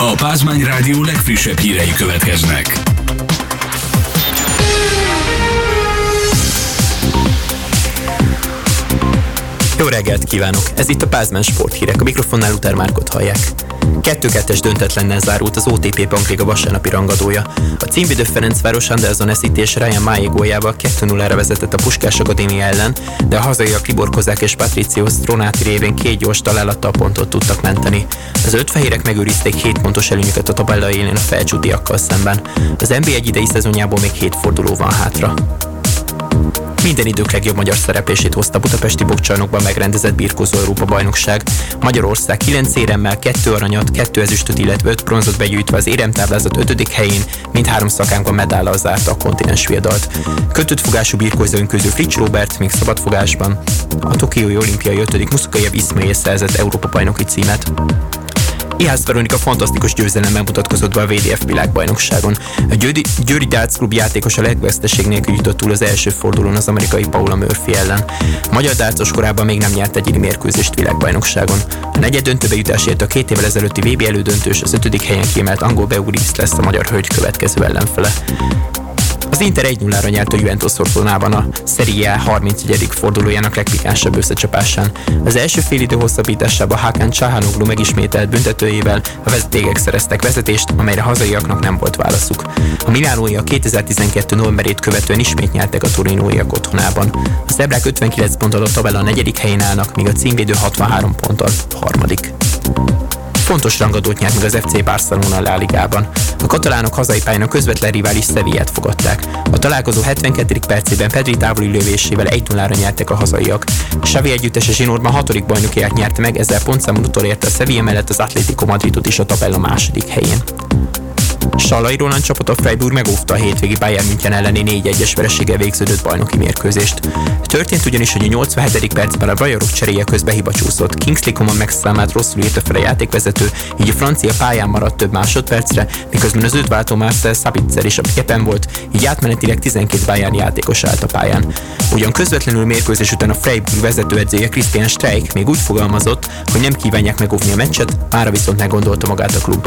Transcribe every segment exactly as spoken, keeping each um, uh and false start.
A Pázmány Rádió legfrissebb hírei következnek. Jó reggelt kívánok! Ez itt a Pázmány sporthírek, a mikrofonnál Luther Márkot hallják. kettő kettes döntetlennel zárult az o té pé Bankliga vasárnapi rangadója. A címvédő Ferencváros Anderson Eszit és Ryan Máé góljával kettő nullára vezetett a Puskás Akadémia ellen, de a hazaiak Libor Kozák és Patricio Stronati révén két gyors találattal pontot tudtak menteni. Az ötfehérek megőrizték hét pontos előnyüket a tabella élén a felcsútiakkal szemben. Az en bé egy idei szezonjából még hét forduló van hátra. Minden idők legjobb magyar szereplését hozta a budapesti bokcsarnokban megrendezett birkózó Európa-bajnokság. Magyarország kilenc éremmel, kettő aranyat, kettő ezüstöt, illetve öt bronzot begyűjtve az éremtáblázat ötödik helyén, mindhárom szakánkban medállal zárta a kontinens viadalt. Kötött fogású birkózóink közül Frics Róbert még szabadfogásban, a tokiói olimpiai ötödik Muszkajev Iszmail szerzett Európa-bajnoki címet. Ihász Veronika fantasztikus győzelemmel mutatkozott be a vé dé ef világbajnokságon. A Győri, Győri Darts Klub játékosa legveszteség nélkül jutott túl az első fordulón az amerikai Paula Murphy ellen. A magyar dárcos korában még nem nyert egyéni mérkőzést világbajnokságon. A negyed döntőbe jutásért a két évvel ezelőtti vé bé elődöntős, az ötödik helyen kiemelt angol Beugris lesz a magyar hölgy következő ellenfele. Az Inter egy nullára nyert a Juventus Ortonában a Serie A harmincegyedik fordulójának legpikánsabb összecsapásán. Az első félidő hosszabbításában Hakan Çalhanoğlu megismételt büntetőjével a vezetégek szereztek vezetést, amelyre hazaiaknak nem volt válaszuk. A milánóiak kétezer-tizenkettő novemberét követően ismét nyertek a torinóiak otthonában. A zebrák ötvenkilenc ponttal a tabella a negyedik helyén állnak, míg a címvédő hatvanhárom ponttal harmadik. Fontos rangadót nyert meg az ef cé Barcelona La Ligában. A katalánok hazai pályán a közvetlen rivális Sevillát fogadták. A találkozó hetvenkettedik percében Pedri távoli lövésével egy nullára nyertek a hazaiak. Xavi együttese zsinórban hatodik bajnokiát nyerte meg, ezzel pontszámon utolérte a Sevilla mellett az Atlético Madridot is a tabella második helyén. Sallai Roland csapat a Freiburg megóvta a hétvégi Bayern München elleni négy egyes vereséggel végződött bajnoki mérkőzést. Történt ugyanis, hogy a nyolcvanhetedik percben a bajorok cseréje közben hiba csúszott. Kingsley Coman megszámát rosszul írta fel a játékvezető, így a francia pályán maradt több másodpercre, miközben az őt váltó Marcel Sabitzer is a képen volt, így átmenetileg tizenkét Bayern játékos állt a pályán. Ugyan közvetlenül mérkőzés után a Freiburg vezetőedzője Christian Streich még úgy fogalmazott, hogy nem kívánják megóvni a meccset, mára viszont meggondolta magát a klub.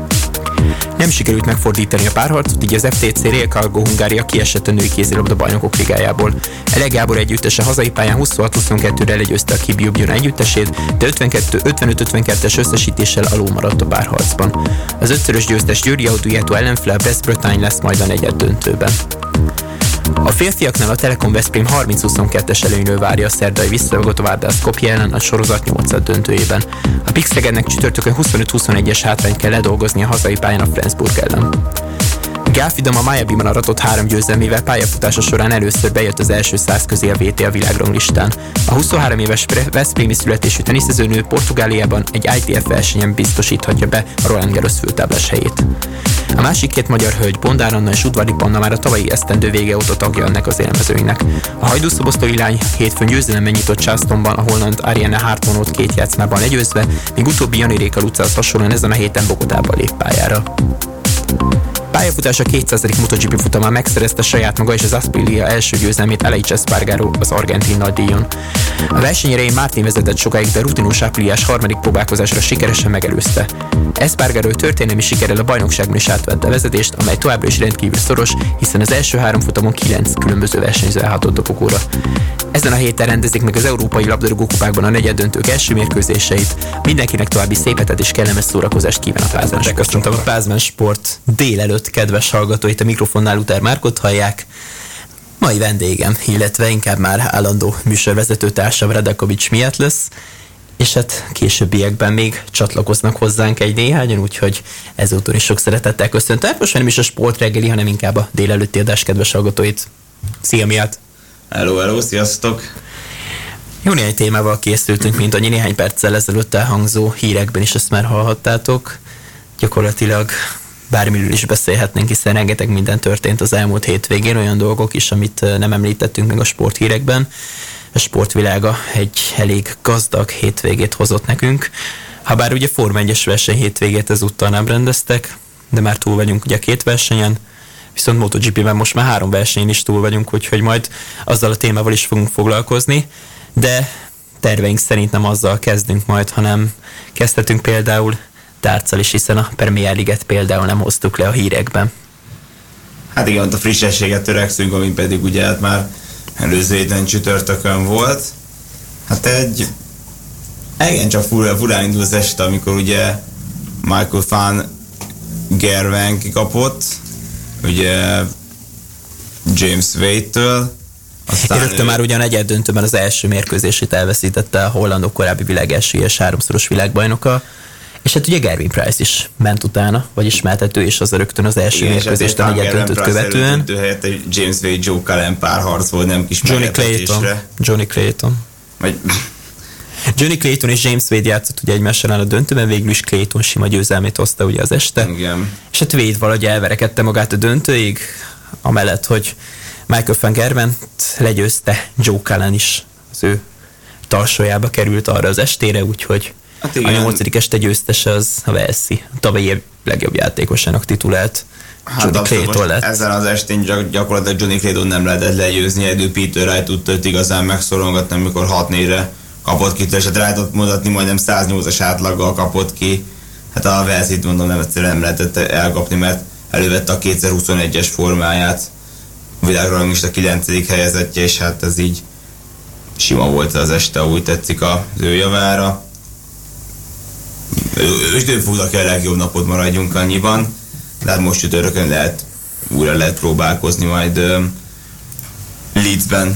Nem sikerült megfordítani a párharcot, így az ef té cé Real Cargo Hungária kiesett a női kézilabda bajnokok ligájából. Elek Gábor együttese hazai pályán huszonhat huszonkettőre legyőzte a Kibi Ljubljana együttesét, de ötvenöt ötvenkettes összesítéssel alul maradt a párharcban. Az ötszörös győztes Győri Autójátó ellenfele a Brest Bretagne lesz majd a negyed döntőben. A férfiaknál a Telekom Veszprém harminc huszonkettes előnyről várja a szerdai visszavagott a Vardar Skopje ellen a sorozat nyolcad döntőjében. A Pix Szegednek csütörtökön huszonöt huszonegyes hátrányt kell ledolgozni a hazai pályán a Flensburg ellen. Gálfidam a Maccabiban aratott három győzelmével pályafutása során először bejött az első száz közé a vé té á világranglistán. A huszonhárom éves veszprémi születésű teniszezőnő Portugáliában egy i té ef versenyen biztosíthatja be a Roland Garros főtáblás helyét. A másik két magyar hölgy, Bondár Anna és Udvari Panna már a tavalyi esztendő vége óta tagja ennek az élmezőinek. A hajdúszoboszlói lány hétfőn győzelemmel nyitott Charlestonban a holland Ariane Hartonót két játszmában legyőzve, míg utóbbi Jani Réka Lucához hasonlóan ezen a héten Bogotában lép pályára. Pályafutása kétszázadik MotoGP futamán megszerezte saját maga és az Aprilia első győzelmét Aleix Espargaro az argentin nagydíjon. A verseny elején Martin vezetett sokáig, de rutinós Apriliás harmadik próbálkozásra sikeresen megelőzte. Espargaro történelmi sikerrel a bajnokságban is átvette a vezetést, amely továbbra is rendkívül szoros, hiszen az első három futamon kilenc különböző versenyző állhatott a pokóra. Ezen a héten rendezik meg az európai labdarúgó kupákban a negyeddöntők első mérkőzéseit. Mindenkinek további szép hetet és kellemes szórakozást kíván a Pázmány Sport. Köszöntöm a Pázmány Sport délelőtt kedves hallgatóit, a mikrofonnál Luther Márkot hallják. Mai vendégem, illetve inkább már állandó műsorvezető társam Radakovics miatt lesz, és hát későbbiekben még csatlakoznak hozzánk egy néhányan, úgyhogy ezúton is sok szeretettel köszöntöm. Most nem is a sport reggeli, hanem inkább a délelőtti adás kedves hallgatóit. Szia miatt! Hello, hello, sziasztok! Jó néhány témával készültünk, mint annyi néhány perccel ezelőtt elhangzó hírekben is, ezt már hallhattátok. Gyakorlatilag bármiről is beszélhetnénk, hiszen rengeteg minden történt az elmúlt hétvégén, olyan dolgok is, amit nem említettünk meg a sporthírekben. A sportvilága egy elég gazdag hétvégét hozott nekünk. Habár ugye Forma egyes verseny hétvégét ezúttal nem rendeztek, de már túl vagyunk ugye két versenyen, viszont MotoGP-ben most már három versenyen is túl vagyunk, úgyhogy majd azzal a témával is fogunk foglalkozni, de terveink szerint nem azzal kezdünk majd, hanem kezdhetünk például tárccal is, hiszen a Premier League-et például nem hoztuk le a hírekben. Hát igen, ott a frissességet törekszünk, ami pedig ugye hát már előző héten csütörtökön volt. Hát egy igen, csak furán, furán indul az este, amikor ugye Michael van Gerwen kikapott, ugye James Wade-től. Aztán rögtön ő... már ugyan egyet döntőben az első mérkőzését elveszítette a hollandok korábbi világ első és háromszoros világbajnoka, és hát ugye Gerwyn Price is ment utána, vagyis mehetett ő is az rögtön az első igen, mérkőzést a negyed döntőt követően. Helyett egy James Wade Joe Cullen párharc volt, nem kis Johnny Clayton. Johnny Clayton. Vagy... Johnny Clayton és James Wade játszott ugye egymással a döntőben, végül is Clayton sima győzelmét hozta ugye az este. Igen. És hát Wade valahogy elverekedte magát a döntőig, amellett, hogy Michael van Gerwen legyőzte Joe Cullen is, az ő tarsójába került arra az estére, úgyhogy hát a nyolcadik este győztese az a Velszi, a tavalyi legjobb játékosának titulált hát Johnny Clayton lett. Ezen az estén gyak, gyakorlatilag Johnny Clayton nem lehetett legyőzni, eddig Peter Wright tudta őt igazán megszorongatni, amikor hat négyre kapott ki, és hát rá tudott mutatni, majdnem száznyolcas átlaggal kapott ki. Hát a Velszit mondom, nem egyszerűen nem lehetett elkapni, mert elővette a kétezer-huszonegyes formáját, a világranglista kilencedik helyezettje, és hát ez így sima volt az este, úgy tetszik az ő javára. És ő fognak el legjobb napot maradjunk annyiban, de hát most csütörtökön lehet, újra lehet próbálkozni majd uh, Leedsben.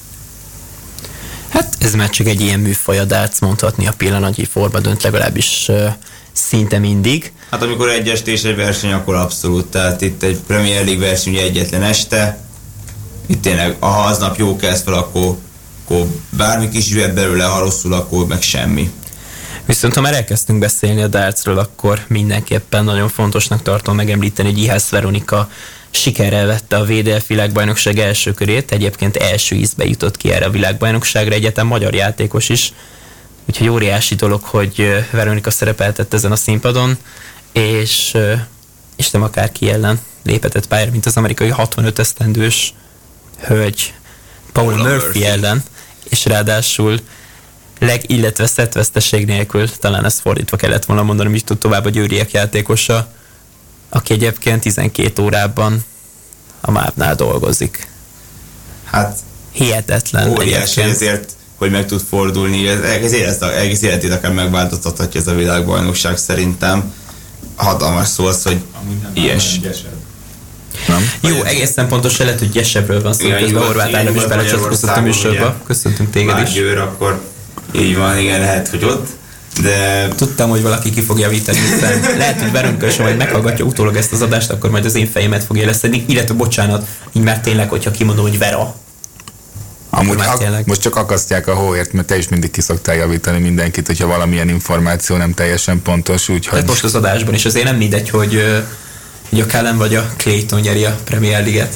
Hát ez már csak egy ilyen műfaj a darts, mondhatni a pillanatnyi forma dönt legalábbis uh, szinte mindig. Hát amikor egy estés egy verseny, akkor abszolút, tehát itt egy Premier League verseny egyetlen este, itt tényleg, ha aznap jó kezd fel, akkor, akkor bármi kis jöhet belőle, ha rosszul, akkor meg semmi. Viszont ha már elkezdtünk beszélni a dartsról, akkor mindenképpen nagyon fontosnak tartom megemlíteni, hogy Ihász Veronika sikerrel vette a vé dé ef világbajnokság első körét, egyébként első ízbe jutott ki erre a világbajnokságra, egyetem magyar játékos is, úgyhogy óriási dolog, hogy Veronika szerepeltett ezen a színpadon, és, és nem akárki ellen lépetett pályára, mint az amerikai hatvanöt esztendős hölgy Paula Murphy, Murphy ellen, és ráadásul leg, illetve szettveszteség nélkül, talán ezt fordítva kellett volna mondani, hogy tud tovább a győriek játékosa, aki egyébként tizenkét órában a mávnál dolgozik. Hát hihetetlen. Óriási ezért, hogy meg tud fordulni, ez egész, élet, egész életét akár megváltoztathatja ez a világbajnokság szerintem. Hatalmas szó az, hogy ilyes. Nem? Jó, egészen pontos lehet, hogy Gyesebről van szó, közben Horváth Ádám is belecsatlakozott a műsorba. Köszöntünk téged is. Győr, akkor így van, igen, lehet, hogy ott. De... Tudtam, hogy valaki ki fog javítani, hiszen lehet, hogy Veronika is majd meghallgatja utólag ezt az adást, akkor majd az én fejemet fogja leszedni, illetve bocsánat, így már tényleg, hogyha kimondom, hogy Vera. Amúgy ak- most csak akasztják a hóért, mert te is mindig ki szoktál javítani mindenkit, hogyha valamilyen információ nem teljesen pontos, úgyhogy... Tehát most az adásban is azért nem mindegy, hogy, hogy a Cullen vagy a Clayton nyeri a Premier League-et.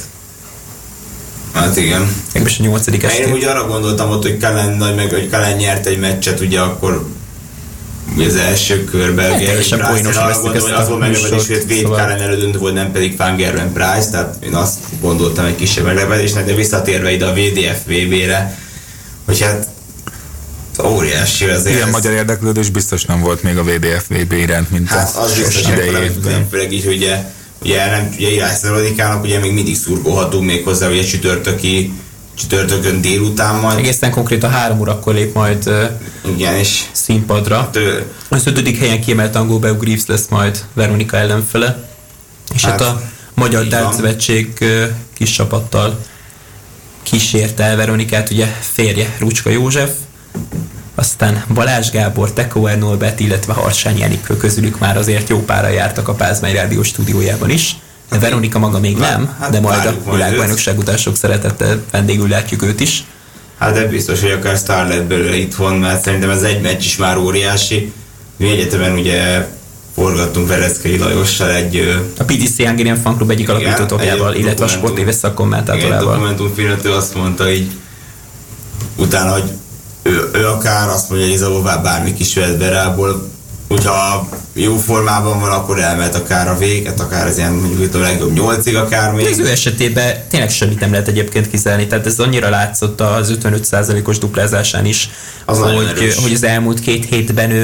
Hát igen. Meg most a nyolcadik estén. Én úgy arra gondoltam ott, hogy Cullen, meg, hogy Cullen nyert egy meccset, ugye akkor az első körben. Teljesen poénosan vesztük ezt a műsort. Hogy Wade Cullen elődöntő volt, nem pedig Van Gerwen Price, tehát én azt gondoltam egy kisebb meglepetésnek, de visszatérve ide a vé dé ef vé bé-re, hogy hát óriási azért. Ilyen magyar érdeklődés biztos nem volt még a vé dé ef vé bé iránt, mint hát az biztos idejében. Főleg így, hogy ugye, ugye nem ugye Ihász Veronikának ugye még mindig szurkolhatunk még hozzá, ugye csütörtöki csütörtökön délután majd. Egészen konkrétan három órakor lép majd uh, igen, és színpadra. Tő... Az ötödik helyen kiemelt angol Beau Greaves lesz majd Veronika ellenfele. És hát, hát a Magyar Darts Szövetség uh, kis csapattal kísérte el Veronikát, ugye férje Rucska József, aztán Balázs Gábor, Tekauer Norbert, illetve Harsányi Enikő, közülük már azért jó pára jártak a Pázmány Rádió stúdiójában is. De Veronika maga még nem, hát de majd a világbajnokság után sok szeretettel vendégül látjuk őt is. Hát de biztos, hogy akár sztár lett belőle itthon, mert szerintem ez egy meccs is már óriási. Mi egyetemen ugye forgattunk Vereckei Lajossal egy... A pé té cé Hungarian Fan Club egyik alapítótagjával, illetve a Sport té vé szakkommentátorával. Igen, dokumentumfilmet, ő azt mondta így utána, hogy ő, ő akár azt mondja, hogy Izabová bármi kis jöhet be rából, hogyha jó formában van, akkor elmehet akár a véget, akár az ilyen mondjuk a legjobb nyolcig akár még. Az ő esetében tényleg semmit nem lehet egyébként kizárni, tehát ez annyira látszott az ötvenöt százalékos duplázásán is, hogy, hogy az elmúlt két hétben ő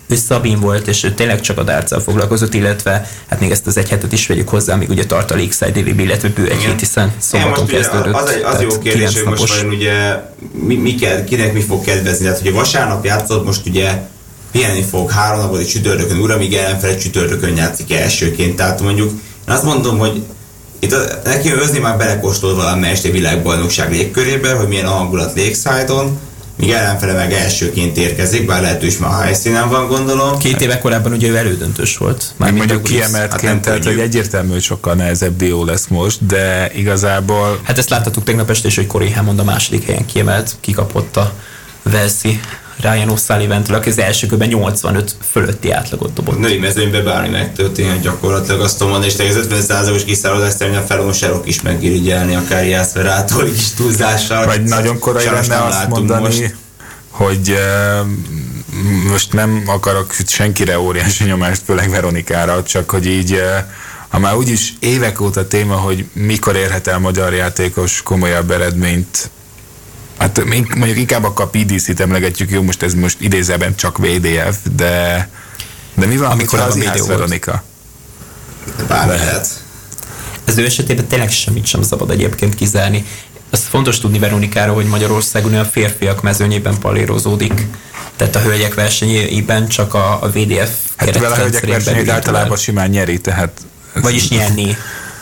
ő Szabin volt, és ő tényleg csak a dárccal foglalkozott, illetve hát még ezt az egy hetet is vegyük hozzá, amíg ugye tart a Lakeside dé vé bé, illetve bő egy hét, hiszen szombaton kezdődött. Az, egy, az jó kérdés, hogy most vajon ugye mi, mi kell, kinek mi fog kedvezni. Tehát ugye vasárnap játszott, most ugye pihenni fog három napot egy csütörtökön, ura, míg ellenfele csütörtökön játszik elsőként. Tehát mondjuk én azt mondom, hogy itt a, neki Özil már belekóstolt valami este világbajnokság légkörében, hogy milyen a hangulat Lakeside-on, míg ellenfele meg elsőként érkezik, bár lehet, hogy is már a helyszínen van, gondolom. Két éve korábban ugye ő elődöntős volt. Már mondjuk kiemeltként, hát tehát hogy egyértelmű, hogy sokkal nehezebb dió lesz most, de igazából... Hát ezt láthattuk tegnap este is, hogy Corey Hammond a második helyen kiemelt, kikapott a Velszi Ryan O'Sullivan-től, aki az első körben nyolcvanöt fölötti átlagot dobott. Női mezőnyben bármi megtörténhet gyakorlatilag, azt tudom mondani, és az ötven százalékos kiszállódás szerint a felonsárok is megirigyelni, akár Jászverától is túlzással. Vagy nagyon korai lenne azt mondani, most. hogy uh, most nem akarok senkire óriási nyomást, főleg Veronikára, csak hogy így uh, ha már úgyis évek óta téma, hogy mikor érhet el magyar játékos komolyabb eredményt. Hát mondjuk inkább akkor a pé dé cét emlegetjük, jó, most ez most idézőben csak vé dé ef, de, de mi van, amikor az Ihász Veronika? Bár lehet. Ez ő esetében tényleg semmit sem szabad egyébként kizárni. Az fontos tudni Veronikára, hogy Magyarországon a férfiak mezőnyében palérozódik. Tehát a hölgyek versenyében csak a, a vé dé ef hát vele a hölgyek versenyét általában simán nyeri, tehát... Vagyis nyerni.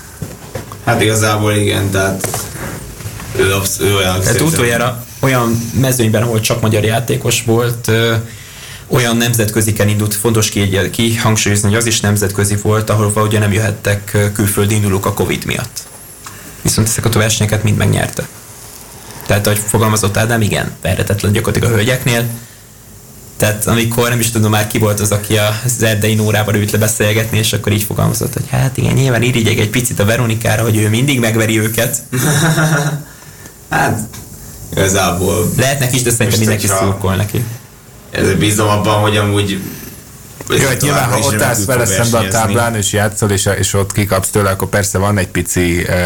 Hát igazából igen, tehát... Ő, ő olyan tehát utoljára olyan mezőnyben, ahol csak magyar játékos volt, ö, olyan nemzetköziken indult, fontos kihangsúlyozni, ki hogy az is nemzetközi volt, ahol ugye nem jöhettek külföldi indulók a Covid miatt. Viszont ezeket a versenyeket mind megnyerte. Tehát, ahogy fogalmazott Ádám, igen, verhetetlen gyakorlatilag a hölgyeknél. Tehát amikor nem is tudom már ki volt az, aki az erdei Nórában ült le beszélgetni, és akkor így fogalmazott, hogy hát igen, nyilván irigyeg egy picit a Veronikára, hogy ő mindig megveri őket. Hát, igazából... Lehetnek is, de szerintem mindenki szurkol neki. Ezért bízom abban, hogy amúgy... Jó, hogy nyilván, ha ott állsz vele szembe a táblán, és játszol, és, és ott kikapsz tőle, akkor persze van egy pici uh,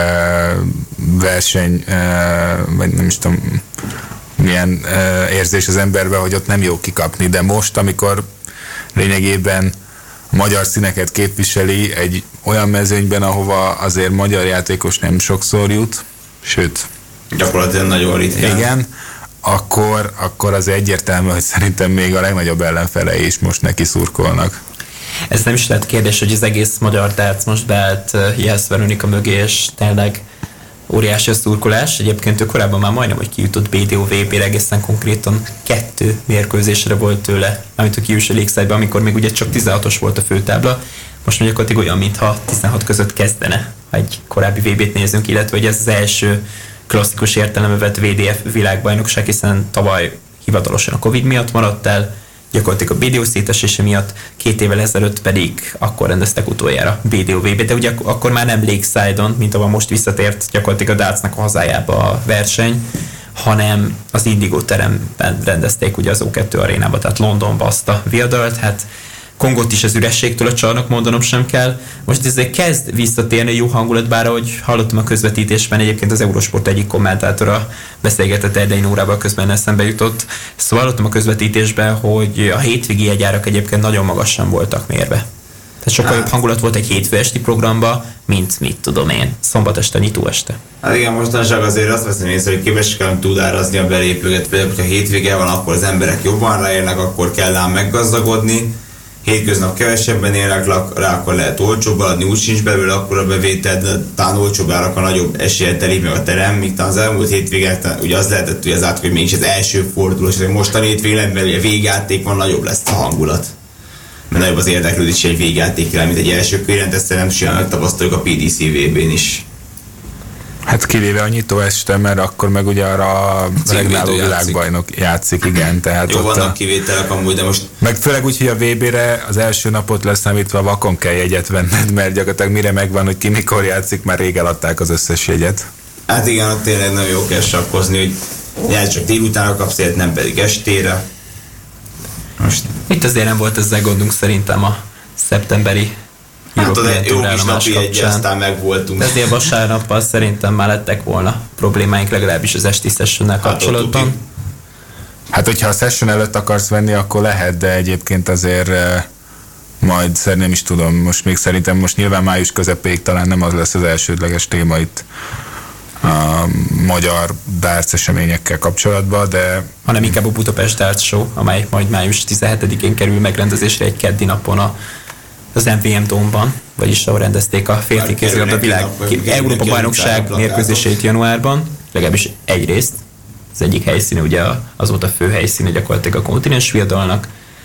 verseny, uh, vagy nem is tudom, milyen uh, érzés az emberben, hogy ott nem jó kikapni, de most, amikor lényegében a magyar színeket képviseli egy olyan mezőnyben, ahova azért magyar játékos nem sokszor jut, sőt, gyakorlatilag nagyon ritkán. Igen, akkor, akkor az egyértelmű, hogy szerintem még a legnagyobb ellenfelei is most neki szurkolnak. Ez nem is lehet kérdés, hogy az egész magyar dárc most beállt Ihász Veronika mögé, és tényleg óriási a szurkolás. Egyébként ő korábban már majdnem, hogy kijutott bé dé o vé bé-re, egészen konkrétan kettő mérkőzésre volt tőle, amit a kijuss a Lakeside-be, amikor még ugye csak tizenhatos volt a főtábla. Most mondjuk olyan, mintha tizenhat között kezdene, ha egy korábbi vé bét nézünk, illetve hogy ez az első klasszikus értelembe vett vé dé ef világbajnokság, hiszen tavaly hivatalosan a Covid miatt maradt el, gyakorlatilag a bé dé o szétesése miatt, két évvel ezelőtt pedig akkor rendeztek utoljára bé dé o vé bét, de ugye akkor már nem Lakeside-on, mint ahol most visszatért gyakorlatilag a Dartsnak a hazájába a verseny, hanem az Indigo teremben rendezték ugye az o kettő arénába, tehát Londonba azt a viadalt, hát Kongot is az ürességtől a csarnok, mondanom sem kell. Most ezért kezd visszatérni a jó hangulat, bár ahogy hallottam a közvetítésben, egyébként az Eurosport egyik kommentátora beszélgetett Erdei Nórával, közben eszembe jutott. Szóval hallottam a közvetítésben, hogy a hétvégi jegyárak egyébként nagyon magasan voltak mérve. Tehát sokkal jobb hangulat volt egy hétfő esti programba, mint mit tudom én, szombat este, nyitó este. Hát igen, mostanság azért azt veszem észre, hogy képesek kell tud árazni a belépőket, például, hogyha hétvége van, akkor az emberek jobban ráérnek, akkor kell ám meggazdagodni. Hétköznap kevesebben élnek rá, akkor lehet olcsóbb adni, úgy sincs belőle akkor a bevétel, de talán olcsóbb árak a nagyobb eséllyel telik meg a terem, míg talán az elmúlt hétvégén ugye az lehetett, hogy az át, hogy mégis az első fordulós, hogy mostani hétvégén, mert ugye végjáték van, nagyobb lesz a hangulat. Mert nagyobb az érdeklődés egy végjátékra, mint egy első körén, ezt nem simán megtapasztaljuk a pé dé cé vé bén is. Hát kivéve a nyitó este, mert akkor meg ugye arra a regnáló világbajnok játszik, igen. Tehát jó, ott vannak a... kivételek amúgy, de most... Meg főleg úgy, hogy a vé bére az első napot leszámítva vakon kell jegyet venned, mert gyakorlatilag mire megvan, hogy ki mikor játszik, már rég eladták az összes jegyet. Hát igen, ott tényleg nagyon jó kell sakkozni, hogy jelent csak délutánra kapsz élet, nem pedig estére. Most... Itt azért nem volt ezzel gondunk szerintem a szeptemberi hát az egy jó kis napi egy, aztán megvoltunk. Ezért vasárnappal szerintem már lettek volna problémáink, legalábbis az esti sessionnel kapcsolatban. Hát, hogyha a session előtt akarsz venni, akkor lehet, de egyébként azért majd nem is tudom, most még szerintem most nyilván május közepéig talán nem az lesz az elsődleges téma itt a magyar darts eseményekkel kapcsolatban, de... Hanem inkább a Budapest Darts Show, amely majd május tizenhetedikén kerül megrendezésre egy keddi napon a, az em vé em Dome-ban, vagyis ahol rendezték a férfi kézilabda világ Európa bajnokság mérkőzését januárban, legalábbis egyrészt. Az egyik helyszíne ugye az volt a fő helyszíne gyakorlatilag a kontinens viadalnak.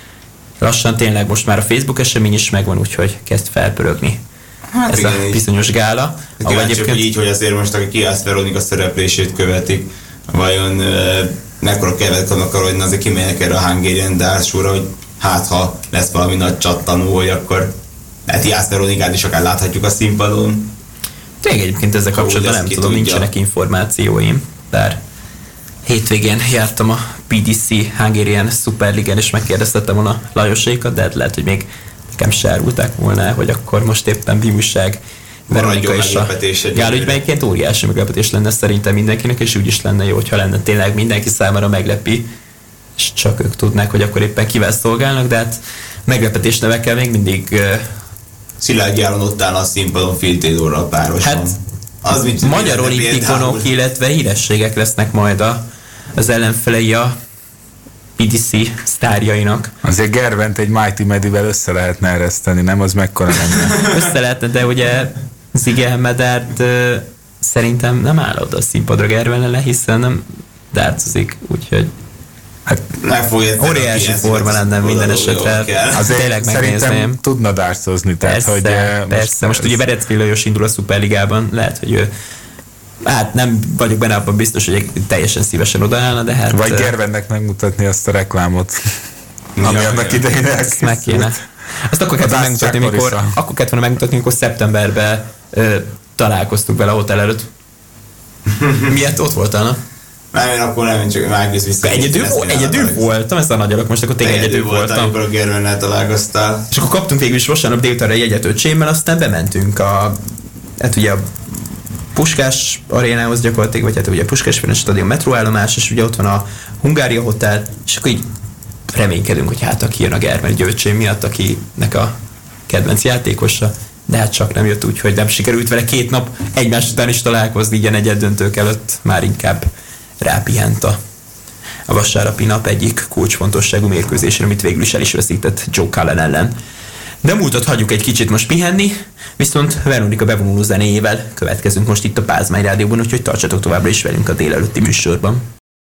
Lassan tényleg most már a Facebook esemény is megvan, úgyhogy kezd felpörögni. Hát ez igen, a bizonyos gála. Kíváncsi, egyébként... hogy így, hogy azért most, aki Kiász Veronika szereplését követik, vajon uh, mekkora kevet kapnak arra, hogy azért kimenjenek erre a Hungarian Darts Show-ra, hogy hát ha lesz valami nagy csattanó, hogy akkor hát Kiász Veronikát is akár láthatjuk a színpadon. Tényleg egyébként ezzel kapcsolatban nem tudom, tudja. Nincsenek információim, bár hétvégén jártam a pé dé cé Hungarian Superligen, és megkérdeztettem volna Lajosékat, de hát lehet, hogy még nekem se árulták volna, hogy akkor most éppen mi újság Veronika és a Gál ügyben egyébként óriási meglepetés lenne szerintem mindenkinek, és úgy is lenne jó, hogyha lenne tényleg mindenki számára meglepi, és csak ők tudnák, hogy akkor éppen kivel szolgálnak, de hát meglepetés nevekkel még mindig... Uh... Szilágyi Áron ott áll a színpadon Phil Taylorral párosan. Hát az mit magyar olimpikonok, illetve hírességek lesznek majd a, az ellenfelei a pé dé cé sztárjainak. Azért Gervent egy Mighty Medivel össze lehetne ereszteni, nem? Az mekkora lenne? Össze lehetne, de ugye Zige Medert uh, szerintem nem áll oda a színpadra Gervennel, hiszen nem dárcozik, úgyhogy hát óriási forma lenne minden esetre. Azért tényleg megnézném. Tudna dárcozni. Persze, hogy persze. Most, most ugye Verecký Lajos indul a Szuperligában, lehet, hogy ő hát nem vagyok benne abban biztos, hogy teljesen szívesen odaállna, de hát... Vagy Gervennek megmutatni azt a reklámot, ami ja, annak idején elkészült. Meg kéne. Azt akkor kellett megmutatni, mikor, akkor kellett volna megmutatni, mikor szeptemberben ö, találkoztuk vele a hotel előtt. Miért ott voltál? Nem, én akkor nem, én csak Mágnész vissza. Egyedül, egyedül voltam, ez a nagy alak, most akkor tényleg egyedül, egyedül voltam. Amikor a Gervennel találkoztál. És akkor kaptunk végül is vasárnap délutánra egy jegyet öcsémmel, aztán bementünk a, hát ugye a Puskás arénához gyakorlatilag, vagy hát ugye a Puskás Ferenc stadion metróállomás, és ugye ott van a Hungária Hotel, és akkor így reménykedünk, hogy hát aki jön a Gerben öcsém miatt, akinek a kedvenc játékosa, de hát csak nem jött úgy, hogy nem sikerült vele két nap egymás után is találkozni, így a negyeddöntők előtt már inkább rápihent a, a vasárnapi nap egyik kulcsfontosságú mérkőzésre, amit végül is el is veszített Joe Cullen ellen. De múltat hagyjuk egy kicsit most pihenni, viszont Veronika bevonuló zenéjével következünk most itt a Pázmány Rádióban, úgyhogy tartsatok továbbra is velünk a délelőtti műsorban.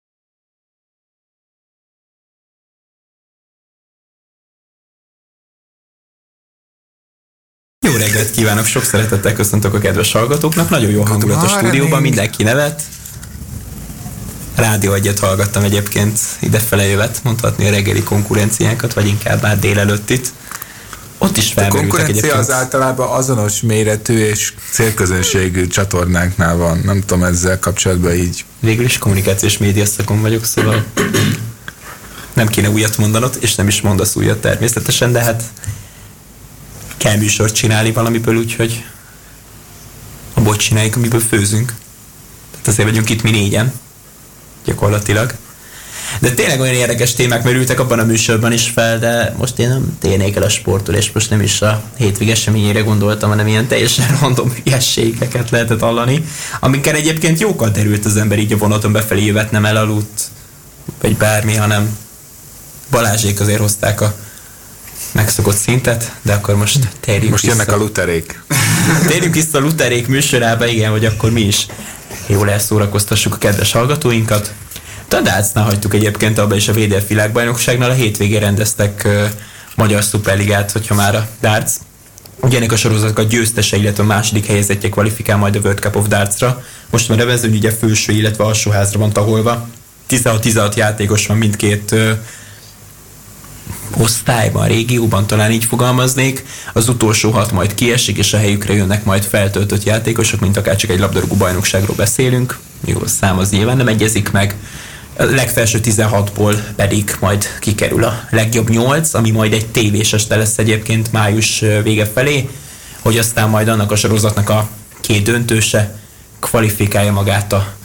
Jó reggelt kívánok, sok szeretettel köszöntök a kedves hallgatóknak, nagyon jó hangulat a stúdióban, mindenki nevet. Rádió egyet hallgattam egyébként idefele jövet, mondhatni a reggeli konkurenciákat, vagy inkább már délelőttit. Ott is felmerültek egyébként. A konkurencia egyébként. az általában azonos méretű és célközönségű csatornáknál van. Nem tudom, ezzel kapcsolatban így. Végül is kommunikációs média szakon vagyok, szóval nem kéne újat mondanod, és nem is mondasz újat természetesen, de hát kell műsort csinálni valamiből, úgyhogy abból csináljuk, amiből főzünk. Tehát azért vagyunk itt mi négyen, gyakorlatilag. De tényleg olyan érdekes témák merültek abban a műsorban is fel, de most én nem térnék el a sporttól, és most nem is a hétvég eseményére gondoltam, hanem ilyen teljesen random hülyességeket lehetett hallani, amikkel egyébként jókat derült az ember így a vonaton befelé jövet, nem elaludt, vagy bármi, hanem Balázsék azért hozták a megszokott szintet, de akkor most térjünk Most vissza. jönnek a luterék. Térjünk vissza a luterék műsorába, igen, hogy akkor mi is jól elszórakoztassuk a kedves hallgatóinkat. A Dartsnál hagytuk egyébként abban is a vé dé ef világbajnokságnál, a hétvégén rendeztek uh, magyar szuperligát, hogyha már a darts. Ugye ennek a sorozatnak a győztese, illetve a második helyezettje kvalifikál majd a World Cup of Dartsra. Most már a vezőny ugye felső, illetve alsóházra van tagolva. tizenhat-tizenhat játékos van mindkét uh, osztályban, régióban, talán így fogalmaznék. Az utolsó hat majd kiesik, és a helyükre jönnek majd feltöltött játékosok, mint akár csak egy labdarúgó bajnokságról beszélünk. Jó, a szám az nyilván nem egyezik meg. A legfelső tizenhatból pedig majd kikerül a legjobb nyolc, ami majd egy tévés este lesz egyébként május vége felé, hogy aztán majd annak a sorozatnak a két döntőse kvalifikálja magát a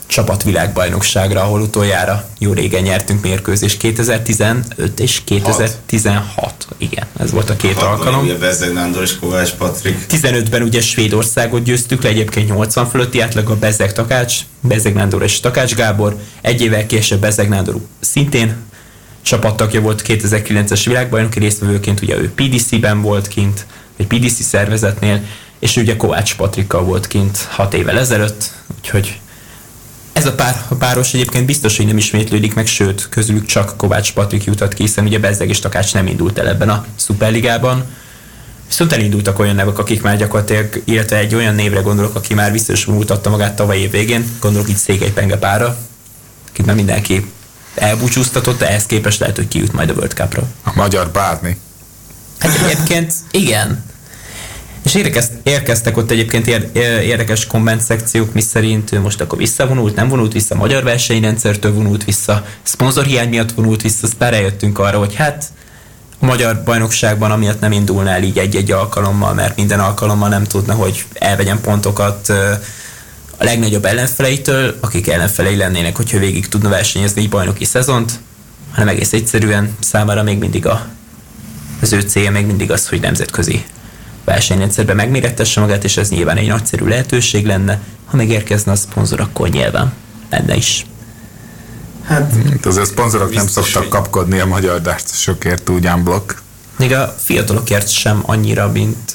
csapat világbajnokságra, ahol utoljára jó régen nyertünk mérkőzést. kétezer-tizenöt és kétezer-tizenhat. Igen, ez volt a két hat, alkalom. Ugye Bezzeg Nándor és Kovács Patrik. tizenötben ugye Svédországot győztük le, egyébként nyolcvan fölötti átlag, a Bezzeg Takács, Bezzeg Nándor és Takács Gábor. Egy évvel később Bezzeg Nándor szintén csapattagja volt, kétezer-kilences világbajnoki résztvevőként, ugye ő pé dé cé-ben volt kint, egy pé dé cé szervezetnél, és ugye Kovács Patrikkal volt kint hat évvel ezelőtt, úgyhogy ez a, pár, a páros egyébként biztos, hogy nem ismétlődik meg, sőt, közülük csak Kovács Patrik jutott ki, hiszen ugye Bezzeg és Takács nem indult el ebben a szuperligában. Viszont elindultak olyan nevek, akik már gyakorlatilag, illetve egy olyan névre gondolok, aki már biztos mutatta magát tavaly év végén, gondolok itt Székely Penge Pálra, akit már mindenki elbúcsúztatott, ehhez képest lehet, hogy kijut majd a World Cupra. A magyar bármi. Hát egyébként igen. És érkez, érkeztek ott egyébként érdekes komment szekciók, mi szerint ő most akkor visszavonult, nem vonult vissza, magyar versenyrendszertől vonult vissza, szponzorhiány miatt vonult vissza, aztán eljöttünk arra, hogy hát a magyar bajnokságban amiatt nem indulna el így egy-egy alkalommal, mert minden alkalommal nem tudna, hogy elvegyen pontokat a legnagyobb ellenfeleitől, akik ellenfelei lennének, hogyha végig tudna versenyezni egy bajnoki szezont, hanem egész egyszerűen számára még mindig a, az ő célja még mindig az, hogy nemzetközi versenyrendszerben megmérettesse magát, és ez nyilván egy nagyszerű lehetőség lenne. Ha megérkezne a szponzor, akkor nyilván lenne is. Hát, azért a szponzorok nem szoktak hogy... kapkodni a magyar dárcosokért úgy unblock. Még a fiatalokért sem annyira, mint,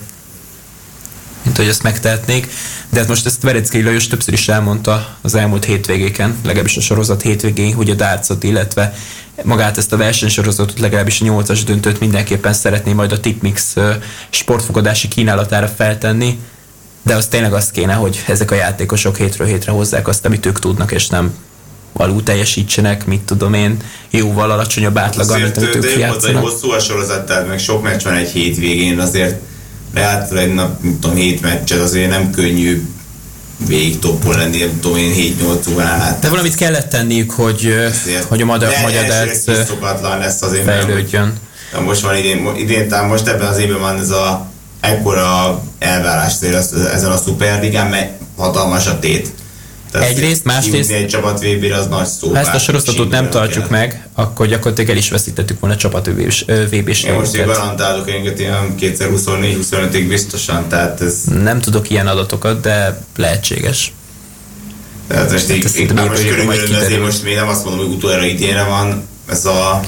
mint hogy ezt megtehetnék. De hát most ezt Vereckei Lajos többször is elmondta az elmúlt hétvégéken, legalábbis a sorozat hétvégén, hogy a dárcot, illetve magát ezt a versenysorozatot, legalábbis a nyolcas döntőt mindenképpen szeretné majd a Tipmix sportfogadási kínálatára feltenni, de az tényleg azt kéne, hogy ezek a játékosok hétről hétre hozzák azt, amit ők tudnak, és nem alul teljesítsenek, mit tudom én, jóval alacsonyabb átlaggal, mint amit ők játszanak. Azért hosszú a sorozat, tehát meg sok meccs van egy hétvégén, azért leáltal egy nap, nem tudom, hét meccset, azért nem könnyű végig toppon lenni, nem tudom én, hét-nyolc órán át. De valamit kellett tenniük, hogy, hogy a magyar dárc fejlődjön. De most van idén, idén talán most ebben az évben van ez a ekkora elvárás ezen a szuperligán, mert hatalmas a tét. Tehát egyrészt, másrészt... egy csapat vé bére az nagy szó. Ha ezt a sorozatot nem tartjuk kell meg, akkor gyakorlatilag el is veszítettük volna a csapat vé bés Én most így garantálok önket ilyen kétezer-huszonnégy-huszonötig biztosan, tehát ez... Nem tudok ilyen adatokat, de lehetséges. Tehát most így, így most körülbelül azért most még nem azt mondom, hogy utoljára idénre van ez a,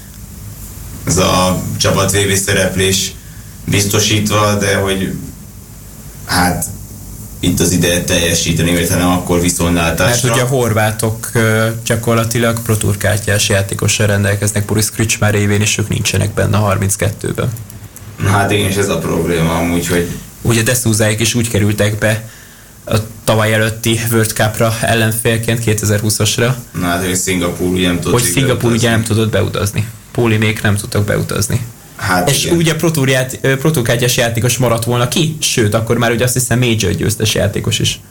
ez a csapat vé bé szereplés biztosítva, de hogy hát itt az ideje teljesíteni, mert nem akkor viszonylátásra. Mert ugye a horvátok gyakorlatilag Pro Tour kártyás játékossal rendelkeznek, Boris Kricsmár révén, és ők nincsenek benne a harminckettőben. Hát igen, és ez a probléma amúgy, hogy... Ugye de Souzáik is úgy kerültek be a tavaly előtti World Cupra ellenfélként kétezer-húszasra. Na hát, hogy Szingapúr ugye nem tudott Hogy Szingapúr ugye nem tudott beutazni. Póli még nem tudtak beutazni. Hát és igen. ugye Pro Tour kártyás játékos maradt volna ki, sőt, akkor már ugye azt hiszem Major győztes játékos is.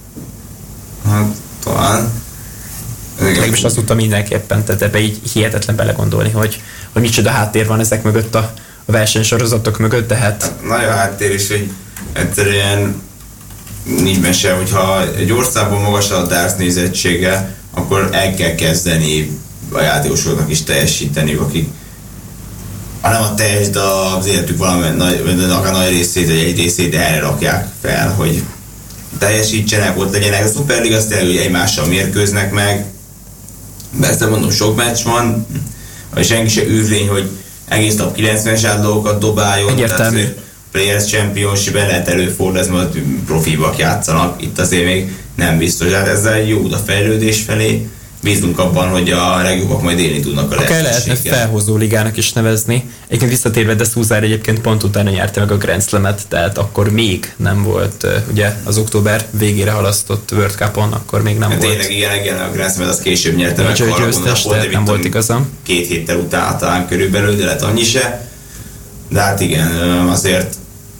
Hát talán. Legalábbis azt tudtam mindenképpen, tehát ebbe így hihetetlen belegondolni, hogy, hogy micsoda háttér van ezek mögött a, a versenysorozatok mögött, tehát... Hát, nagy a háttér is, hogy egyszerűen nincs mese, hogyha egy országban magas a dárc nézettsége, akkor el kell kezdeni a játékosoknak is teljesíteni, akik hanem a teljes, de az életük valamilyen nagy, akár nagy részét, vagy egy részét erre rakják fel, hogy teljesítsenek, ott legyenek. A Superliga azt tényleg, hogy egymással mérkőznek meg. Persze mondom, sok meccs van, és senki se űrlény, hogy egész nap kilencvenes átlagokat dobáljon. Egyértelmű. Players Championship-ben lehet előfordul, ez majd profibak játszanak, itt azért még nem biztos. Hát ezzel egy jó út a fejlődés felé. Bízunk abban, hogy a legjobbak majd élni tudnak a lehetőséggel. Lehetne felhozó ligának is nevezni. Egyébként visszatérve, de Souza egyébként pont utána nyerte meg a Grand Slam-et, tehát akkor még nem volt, ugye az október végére halasztott World Cup-on, akkor még nem hát volt. Tényleg igen, igen, a Grand Slam-et az később nyerte meg. Hogy győztes, tehát nem volt igazam. Két héttel után talán körülbelül, de lett annyi se. De hát igen, azért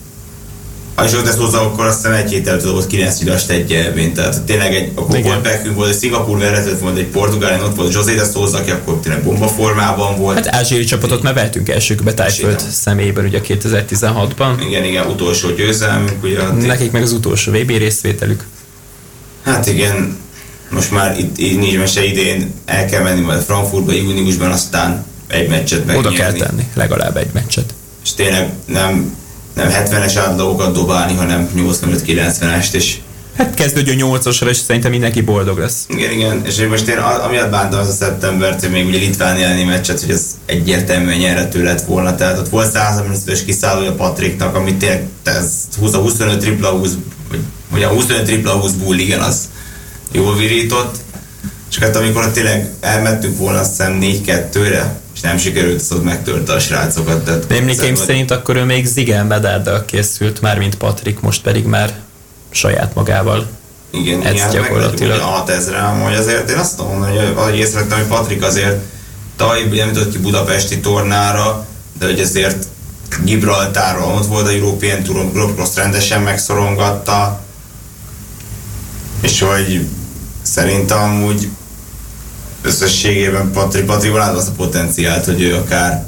és ott ezt hozzá, akkor azt hiszem egy héttel tudott kilenc nyilast egy elvén. Tehát tényleg egy, akkor Goldbeckünk volt, egy Szingapúr veretett volt, egy Portugálin ott volt, José de Souza, aki akkor tényleg bombaformában volt. Hát ázsiai csapatot már vehetünk elsőkbe Tájföld személyében ugye kétezer-tizenhatban. Igen, igen, utolsó győzelmünk. Ugye, nekik meg az utolsó vé bé részvételük. Hát igen, most már itt így nincs mese, idén el kell menni majd Frankfurtba júniusban, aztán egy meccset megnyerni. Oda kell tenni, legalább egy meccset. És tényleg nem, nem hetvenes átlagokat dobálni, hanem nyolcvanöt-kilencvenest, és hát kezdődjön nyolcasra, és szerintem mindenki boldog lesz. Igen, igen, és most én amiatt bántam az a szeptembert, hogy még ugye Litvánia elleni meccset, hogy ez egyértelműen nyerhető lett volna, tehát ott volt százharmincötös kiszállója Patricknak, amit tényleg ez a huszonöt tripla húsz, vagy a huszonöt tripla húsz bull, igen, az jól virított, és hát amikor ott tényleg elmentünk volna azt hiszem négy kettőre, és nem sikerült, az ott megtörte a srácokat. Emlékeim szerint akkor ő még Ziegel medárdal készült, már mint Patrick, most pedig már saját magával. Igen, ez igen, gyakorlatilag. Meg hatezren, hogy azért én azt mondom, hogy, hogy észrevettem, hogy Patrik azért tavaly nem jutott ki budapesti tornára, de hogy azért Gibraltárról ott volt a European Touron, Globe-Cross rendesen megszorongatta, és hogy szerintem úgy összességében Patrik, Patrik látva az a potenciált, hogy ő akár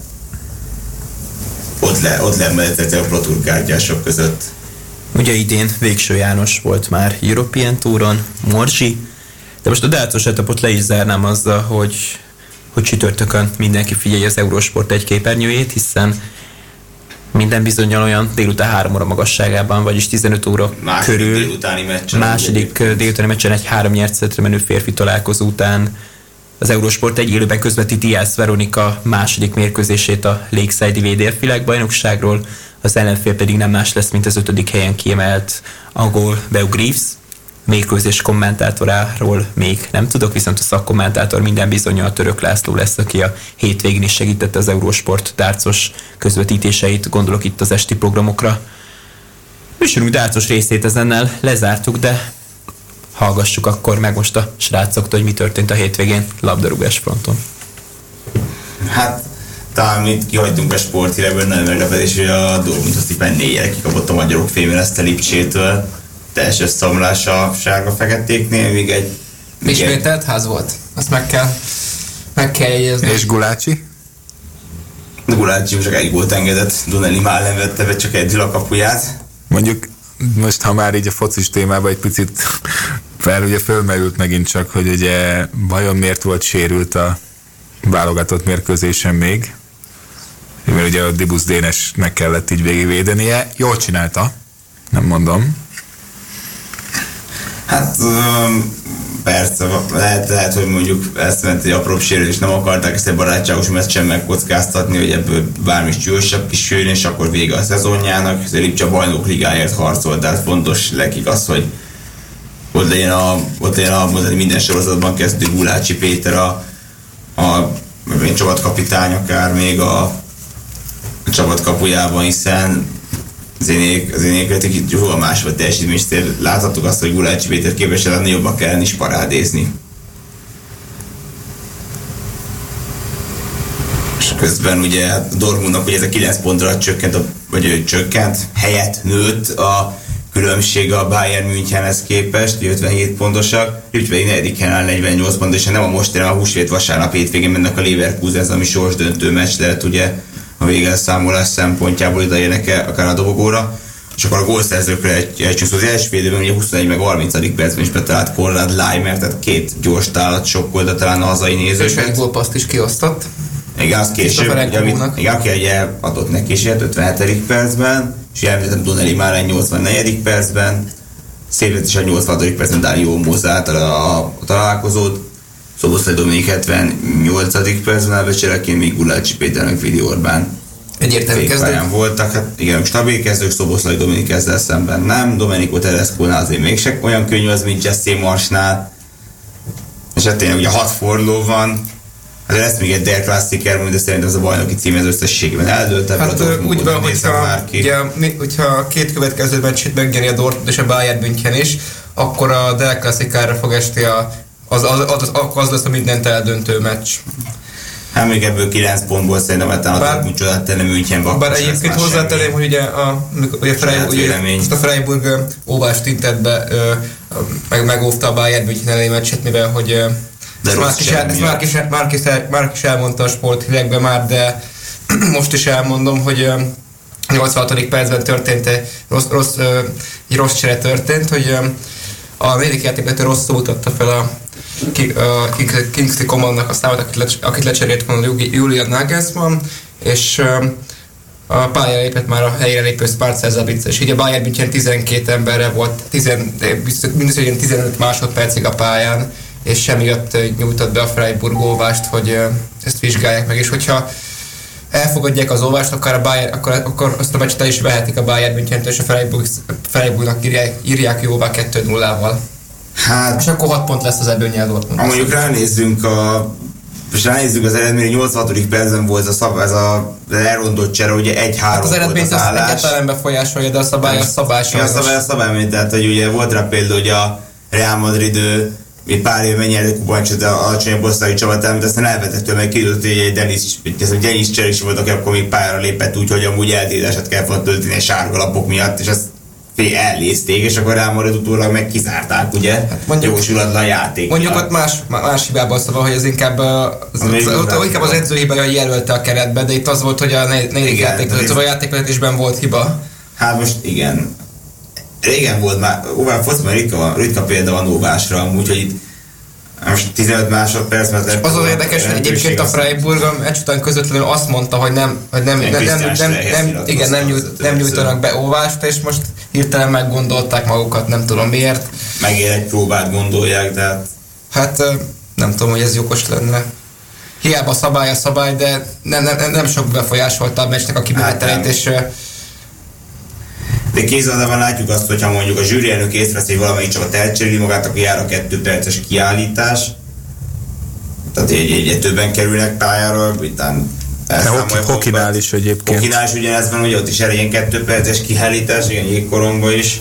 ott, le, ott lemehetett a Pro Tour kártyások között. Ugye idén Végső János volt már European Touron, Morzsi, de most a dátos etapot le is zárnám azzal, hogy, hogy csütörtökön mindenki figyelje az Eurosport egy képernyőjét, hiszen minden bizonnyal olyan délután három óra magasságában, vagyis tizenöt óra második körül, délutáni meccsen, második délutáni meccsen egy három nyert szettre menő férfi találkozó után az Eurosport egy élőben közvetíti Jász Veronika második mérkőzését a Lakeside-i vé dé ef világbajnokságról, az ellenfél pedig nem más lesz, mint az ötödik helyen kiemelt angol Beau Greaves. Mérkőzés kommentátoráról még nem tudok, viszont a szakkommentátor minden bizonnyal a Török László lesz, aki a hétvégén is segítette az Eurosport dárcos közvetítéseit, gondolok itt az esti programokra. Műsorunk dárcos részét ezennel lezártuk, de hallgassuk akkor meg most a srácoktól, hogy mi történt a hétvégén labdarúgás fronton. Hát talán itt kihagytunk a sporthírekből, nagyon meglepetés, hogy a Dortmund Szépen négyre kikapott a magyarok fémén ezt a Lipcsétől. Teljes összeomlás a sárga-feketéknél, még egy... Ismételt ház volt. Azt meg kell, meg kell jegyezni. És Gulácsi? Gulácsi csak egy gólt engedett, Duneli már nem vette be csak egy a kapuját. Mondjuk most, ha már így a focis témában egy picit fel, ugye fölmerült megint csak, hogy ugye vajon miért volt sérült a válogatott mérkőzésen még, mert ugye a Dibusz Dénesnek kellett így végigvédenie. Jól csinálta, nem mondom. Hát persze, lehet, lehet, hogy mondjuk ezt ment egy apróbb sérülés, nem akarták ezt egy barátságos meccsen megkockáztatni, hogy ebből bármi súlyosabb kis jön, és akkor vége a szezonjának. Az Lipcse bajnok ligáért harcolt, tehát fontos nekik az, hogy ott legyen a, ott legyen a mondani, minden sorozatban kezdő Gulácsi Péter a, a csapatkapitány, akár még a, a csapatkapujában, hiszen az énék, az énékületek itt jóval más volt teljesítmény, és láthattuk azt, hogy Gulácsi Péter képes lenni, jobban kellene is parádézni. És közben ugye a Dortmundnak ugye ez a kilenc pontra csökkent, a, vagy ő csökkent, helyett nőtt a különbség a Bayern Münchenhez képest, ötvenhét pontosak, úgyhogy negyedik helyen áll negyvennyolc pont, és nem a most, hanem a húsvét vasárnap hétvégén mennek a Leverkusen, ami sorsdöntő meccs, de hát ugye a végelszámolás szempontjából ide érnek el akár a dobogóra, és akkor a gólszerzőkre elcsúszó az első félidőben, ugye huszonegy meg harmincadik percben is betalált Konrad Laimer, tehát két gyors tálat sokkolta talán a hazai nézőket. És egy gólpaszt is kiosztott. Igen, az később, ugye, amit, igen, aki ugye adott neki is ilyet ötvenhetedik percben, és említettem Duneli már egy nyolcvannegyedik percben, Szélet is a nyolcvanadik percben Dario Mozart a, a találkozót, Szoboszlai Dominik hetvennyolcadik percben elbecsereként, még Gulácsi Péter meg Vidi Orbán egyértelmű kezdők voltak. Hát igen, stabil kezdők, Szoboszlai Dominik ezzel szemben nem, Domenico Tedesco-nál azért mégsem olyan könnyű az, mint Jesse Marsnál, és hát tényleg ugye hat forduló van, hát lesz még egy Der Klassiker, de szerintem ez a bajnoki cím az összességében eldőlt. Hát úgy van, hogyha, ugye, hogyha két következő meccset megnyeri a Dortmund és a Bayern München is, akkor a Der Klassikerre fog esti a Az, az, az, az, az lesz a mindent eldöntő meccs. Hát még ebből kilenc pontból szerintem a Dortmund csodát tenne Münchenbe. Bár egyébként hozzátenném, hogy ugye a, ugye Freiburg, ugye, most a Freiburg óvás tintetbe meg, megóvta a Bayern München elleni meccset, mivel hogy ezt már is, el, már, is, már, is el, már is elmondta a sporthírekben már, de most is elmondom, hogy nyolcvanhatodik percben történt egy rossz, rossz, egy rossz csere történt, hogy a negyedik játékvető rosszul mutatta fel a Kingsley Comannak a számát, akit, lecs, akit lecserélt volna Julian Nagelsmann, és a pályára lépett már a helyére lépő Sparta Zabica, és így a Bayern München tizenkét emberre volt, mindössze tizenöt másodpercig a pályán, és semmiatt nyújtott be a Freiburg óvást, hogy ezt vizsgálják meg, és hogyha elfogadják az óvást, akkor, a Bayern, akkor, akkor azt a meccset el is vehetik a Bayern Münchentől, és a Freiburg, Freiburgnak írják, írják jóvá kettő nullával. Hát, és akkor hat pont lesz az előnye a Dortmund. Ha mondjuk ránézzünk a és ránézzük az eredmény, nyolcvanhatodik percben volt ez a, szab, ez a elrondott csere, ugye egy három hát az eredményt volt az állás. Egyáltalán befolyásolja, de a szabály a szabály ja, a szabály a szabály, tehát hogy ugye volt rá például, hogy a Real Madrid egy pár éve nyerő kupancsot a alacsonyabb osztályi csapatán, de aztán elvetettől meg kiderült, hogy egy Denis, Denis Cseris volt, aki akkor még pályára lépett úgy, hogy amúgy eltiltását kell volna tölteni egy sárga lapok miatt, és azt fél elnézték, és akkor Real Madrid utólag meg kizárták, ugye? Hát mondjuk, jósulatlan játék. Mondjuk ott más, más hibában szóval, hogy ez inkább az, az, az, inkább az edző hiba, hogy jelölte a keretbe, de itt az volt, hogy a negyedik játékvezetésben szóval a játékvezetésben volt hiba. Hát most igen. Régen volt már, óván focban ritka, ritka példa van óvásra, úgyhogy itt most tizenöt másodperc, mert az az érdekes, hogy egyébként a Freiburg a meccs után közvetlenül azt mondta, hogy nem, hogy nem, nem, nem, nem, nem, igen, nem, nyújt, nem nyújtanak be óvást, és most hirtelen meggondolták magukat, nem tudom miért. Megér egy próbát gondolják, de hát... Hát nem tudom, hogy ez jogos lenne. Hiába szabály a szabály, de nem, nem, nem sok befolyásolta a meccsnek a kimenetelét, és... De kézzel látjuk azt, hogyha mondjuk a zsűrielnök észrevesz, hogy valamelyik csapat elcseréli magát, akkor jár a kettő perces kiállítás. Tehát egy többen kerülnek pályára, utána elszámolja. Hokinál is egyébként. Hokinál is ugyanez van, hogy ott is elég kettő perces kiállítás, ilyen jégkorongban is.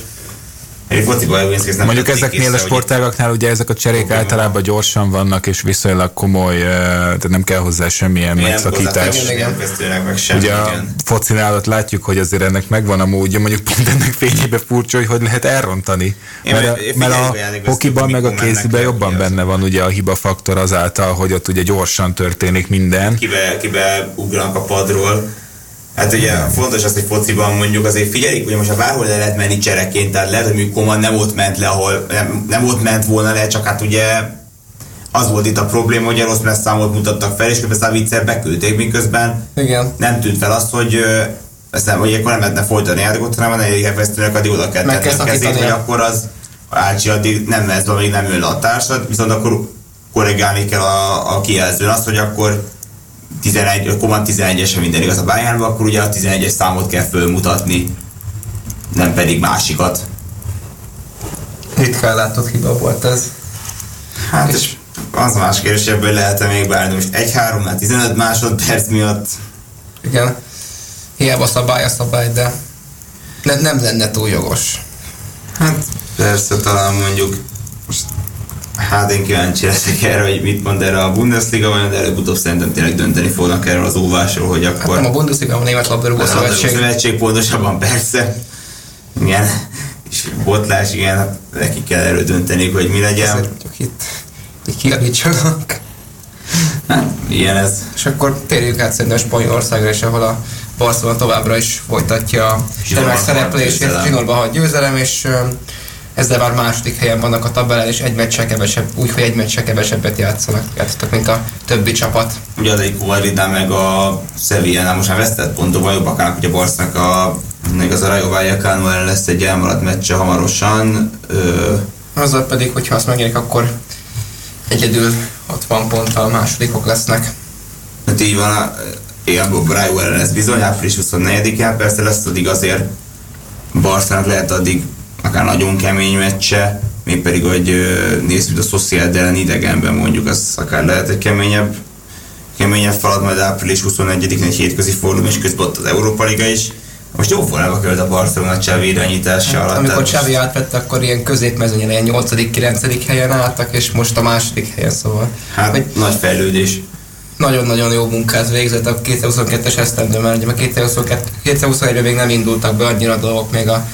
Mondjuk ezeknél a sportágaknál ugye ezek a cserék általában gyorsan vannak, és viszonylag komoly, tehát nem kell hozzá semmilyen megszakítás. Ugye a focinál ott látjuk, hogy azért ennek megvan a módja, mondjuk pont ennek fényében furcsa, hogy hogy lehet elrontani. Mert a, mert a hokiban meg a kéziben jobban benne van ugye a hiba faktor azáltal, hogy ott ugye gyorsan történik minden. Kibe, kibe ugranak a padról. Hát ugye fontos az, hogy fociban mondjuk azért figyelik, hogy most a bárhol le lehet menni csereként, tehát lehet, hogy mondjuk Koman nem ott ment le, ahol nem, nem ott ment volna le, csak hát ugye az volt itt a probléma, hogy a rossz messz számot mutattak fel, és közben a viccel beküldték, miközben igen. Nem tűnt fel azt, hogy ezt nem, hogy akkor nem lehetne folytani játékot, hanem a negyedik fesztőnek addig oda kell tenni a kezét, hogy akkor az Ácsi addig nem lesz, amíg nem jön le a társad, viszont akkor korrigálni kell a, a kijelzőn azt, hogy akkor tizenegy, Koman tizenegyes, ha minden igaz a Bayernben, akkor ugye a tizenegyes számot kell fölmutatni, nem pedig másikat. Ritkán látott hiba volt ez. Hát és az más kérdés, ebből lehet-e még bárni, most egy háromnál tizenöt másodperc miatt. Igen, hiába szabály a szabály, de ne, nem lenne túl jogos. Hát persze, talán mondjuk most hát én kíváncsi leszek erre, hogy mit mond erre a Bundesliga, vagy de előbb-utóbb szerintem tényleg dönteni fognak erről az óvásról, hogy akkor... Hát nem a Bundesliga, a Német Labdarúgó Szövetség. A Szövetség pontosabban persze. Igen. És botlás, igen, hát neki kell erről dönteni, hogy mi legyen. Azért csak itt, hogy kiavítsanak. Hát, ilyen ez. És akkor térjünk át szerintem Spanyolországra is, ahol a Barcelona továbbra is folytatja a szereplését. Zsinórba hagy győzelem, és ezzel már második helyen vannak a tabellán, és egy meccsel kevesebb, úgyhogy egy meccsel kevesebbet játszanak, játszottak, mint a többi csapat. Ugye az egy Madridnál meg a Sevillánál most már vesztett pontokban jobbak állnak, hogy a Barszának a, még az a Rayo Vallecano ellen lesz egy elmaradt meccse hamarosan. Ö... Azzal pedig, hogyha azt megjelenik, akkor egyedül hatvan ponttal másodikok lesznek. Hát így van, igen, a Rayo ellen lesz bizony, április huszonnegyedikén, persze lesz addig azért Barszának lehet addig akár nagyon kemény meccse, mégpedig, hogy nézzük a Sociedad ellen idegenben mondjuk, az akár lehet egy keményebb, keményebb falat, majd április huszonegyedikén egy hétközi forduló, és közben ott az Európa Liga is. Most jó formába került a Barcelona Xavi irányítása hát, alatt. Amikor Xavi átvette, akkor ilyen középmezőnyen, ilyen nyolcadik-kilencedik helyen álltak, és most a második helyen, szóval. Hát hogy nagy fejlődés. Nagyon-nagyon jó munkát végzett a kétezer-huszonkettes esztendőben, ugye a kétezer-huszonegyben még nem indultak be annyira dolgok, még a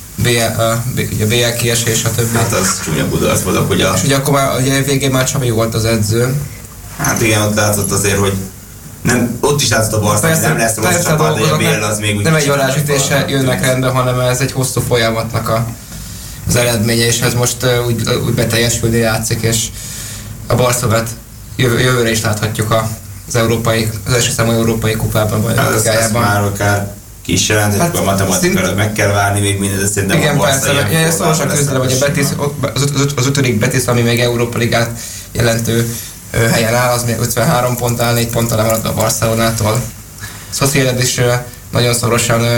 bé el kiesés, a többi. Hát az csúnya kudarc volt, hogy a... És ugye akkor már ugye végén már Xavi volt az edző. Hát igen, ott látszott azért, hogy nem, ott is látszott a Barca, hogy nem lesz rossz csapat, de a bé el az még úgy... Nem egy varázsütéssel jönnek rendbe, hanem ez egy hosszú folyamatnak a, az eredménye, és ez most uh, úgy, úgy beteljesülni játszik, és a Barcelonát jövő, jövőre is láthatjuk a, az, európai, az első számú európai kupában, vagy a ligájában. Már akár ki is jelentettük, hát, a matematikára szint... meg kell várni még mindent, de szerintem igen, a Barca ilyen. Igen, szorosan küzdelem, hogy a Betis, az, az, az ötödik Betis, ami még Európa Ligát jelentő ö, helyen áll, az még ötvenhárom ponttal, négy ponttal lemaradva a Barcelonától. Sociedad is ö, nagyon szorosan ö,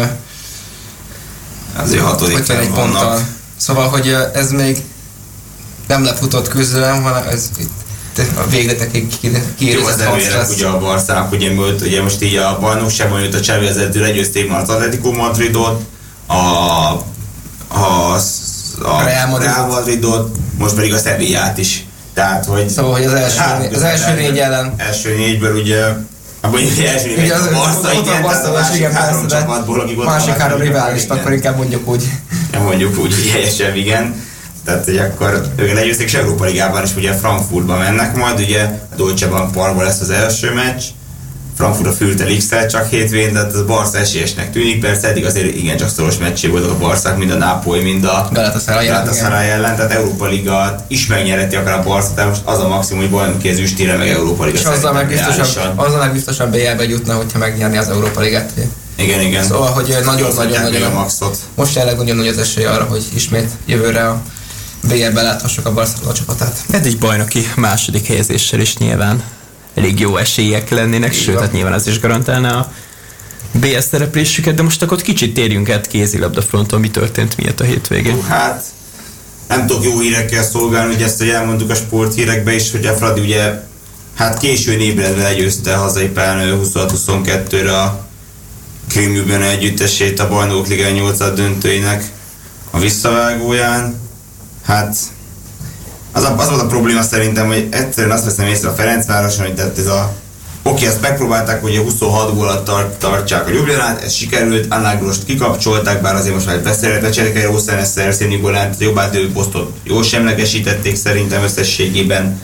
azért hatodik ötvenegy ponttal. Szóval, hogy ö, ez még nem lefutott küzdelem, hanem ez itt a végletekig kiérezett harc lesz. Ugye a Barszának, ugye, ugye most így a bajnokságban jött a Xavi vezető, legyőzték már az Atletico Madridot, a, a, a Real, Madrid. Real Madridot, most pedig a Sevillát is. Tehát, hogy szóval, hogy az első, hát, az első négy, négy ellen. Első négyből ugye, abban ugye első négy az, az, az Barca, igen, tehát a másik három csapatból, akik ott másik három riválist, akkor inkább mondjuk úgy. Ja, mondjuk úgy, hogy helyesen, igen. Tehát, hogy akkor ők legyőzték és Európa Ligában is ugye Frankfurtba mennek majd, ugye a Deutsche Bank Parkban lesz az első meccs, Frankfurt a Fürtel X-el csak hétvégén, de a Barca esélyesnek tűnik, persze eddig azért igencsak szoros meccsé voltak a Barcák, mind a Napoli, mind a Galatasaray ellen, tehát Európa Liga is megnyerheti akár a Barca, tehát most az a maximum, hogy bajnoki ezüstére meg Európa Liga. És azzal meg biztosan, azzal meg biztosan bé el-be jutna, hogyha megnyerni az Európa Ligát. Igen, igen. Szóval, hogy nagyon-nagyon-nagyon, most jelenleg nagyon nagy az esély arra, hogy ismét jövőre a bé el-be láthassuk a Barcelona csapatát. Ez egy bajnoki második helyezéssel is nyilván elég jó esélyek lennének, így sőt, hát nyilván az is garantálná a bé el szereplésüket, de most akkor kicsit térjünk át kézilabda fronton, mi történt miért a hétvégén. Hát nem tudok jó hírekkel szolgálni, hogy ezt, hogy elmondtuk a sporthírekbe is, hogy a Fradi ugye hát későn ébredve legyőzte a hazai pályán huszonhat huszonkettőre a Krémjűben együttesét a Bajnokok Liga nyolcad döntőinek a visszavágóján. Hát az, a, az volt a probléma szerintem, hogy egyszerűen azt veszem észre a Ferencvároson, hogy tehát ez a oké, ezt megpróbálták, hogy a huszonhat gólat tart, tartsák a Ljubljanát, ez sikerült, Alágrost kikapcsolták, bár azért most már becserélik egy rossz ezt Szerszéni Golát, a jobbátélő posztot jól semlegesítették szerintem összességében.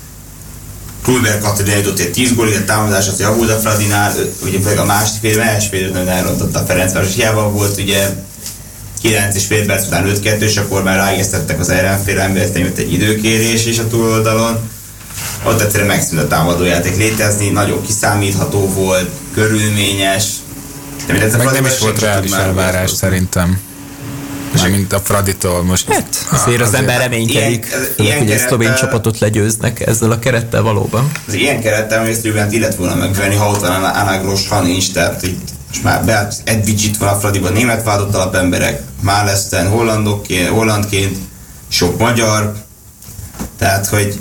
Kluiber Katalin jutott egy tíz gólig, a támadás az javult a Fradinál, ugye pedig a másik fél, első fél nem elrontotta a Ferencváros, hiába volt ugye kilenc és fél perc után öt kettő, és akkor már ráigesztettek az ellenfélre, amiért jött egy időkérés is a túloldalon. Ott egyszerűen megszűnt a támadójáték létezni, nagyon kiszámítható volt, körülményes. De meg nem, nem is volt reális elvárás szerintem. Mint a Fraditól most. Hát, azért az, az ember reménykedik, hogy a szlovén csapatot legyőznek ezzel a kerettel valóban. Az ilyen kerettel, hogy ezt jövően illet volna megvenni, ha ott van Alágros, ha nincs, tehát most már beállt Edvics itt van a Fradiban, német vállalt alapemberek, Máleszten, hollandokként, hollandként, sok magyar, tehát hogy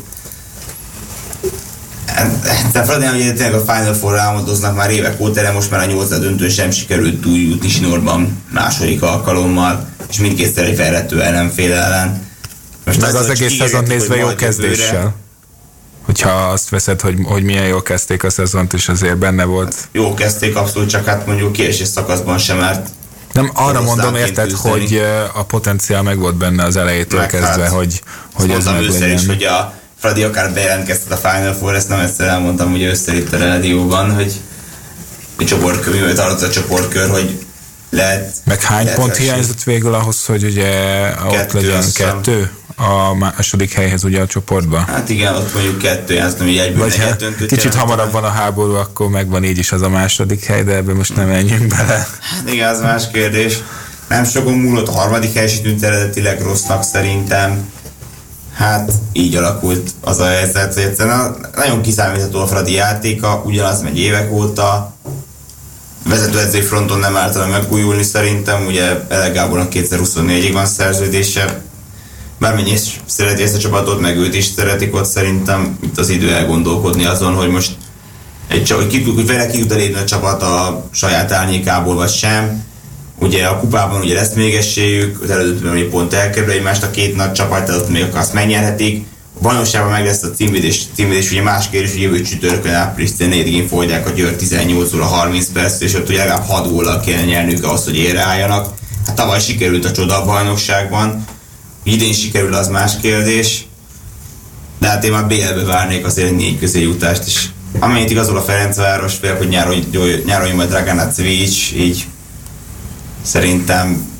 de Fradinál ugye tényleg a Final Four-ra álmodoznak már évek óta, de most már a nyolcad döntő sem sikerült túljutni Sinorban második alkalommal, és mindkétszer egy felrettő ellenfél ellen. Most meg az, az egész szezont nézve jó kezdéssel. Jövőre. Hogyha azt veszed, hogy, hogy milyen jól kezdték a szezont, és azért benne volt. Hát, jó kezdték abszolút, csak hát mondjuk kiesés szakaszban sem, mert nem, arra mondom, érted, hogy a potenciál meg volt benne az elejétől meg kezdve, hát, hogy, hogy ez meg legyen. Is, hogy a Fradi akár bejelentkeztet a Final Four, ezt nem egyszer elmondtam ugye össze itt a rádióban, hogy a csoportkör, mivel tartott a csoportkör, hogy lehet... Meg hány lehet pont hiányzott végül ahhoz, hogy ugye ott legyen kettő a második helyhez ugye a csoportban? Hát igen, ott mondjuk kettő, azt nem így egyből negyed döntőt. Kicsit hamarabb van a háború, akkor megvan így is az a második hely, de ebben most nem menjünk bele. Hát igen, az más kérdés. Nem sokan múlott, a harmadik hely is tűnt eredetileg rossznak szerintem. Hát így alakult az a helyzet, hogy egyszerűen nagyon kiszámítható a Fradi játéka, ugyanaz megy évek óta. Vezetőedzői fronton nem általán megújulni szerintem, ugye Elek Gábornak kétezer-huszonnégyig van szerződése. Bármennyi is szereti ezt a csapatot, meg őt is szeretik ott, szerintem itt az idő elgondolkodni azon, hogy most egy, hogy ki, hogy vele ki tud elérni a csapat a saját árnyékából, vagy sem. Ugye a kupában ugye lesz még esélyük, az elődöntőben ugye pont elkerül egymást a két nagy csapat, tehát ott még azt megnyerhetik. A bajnokságban meg lesz a címvédés, címvédés ugye más kérdés, hogy jövő csütörtökön április tizennégyedikén fogadják a Győr tizennyolc óra harminc perc, és ott ugye legalább hat góllal kell nyerniük ahhoz, hogy érre álljanak. Hát tavaly sikerült a csoda a bajnokságban, idén sikerül, az más kérdés, de hát én már bé el-be várnék azért egy négy közé jutást is. Amennyit igazol a Ferencváros, félek, hogy nyáron, nyáron jön majd Dragana Cvics, így szerintem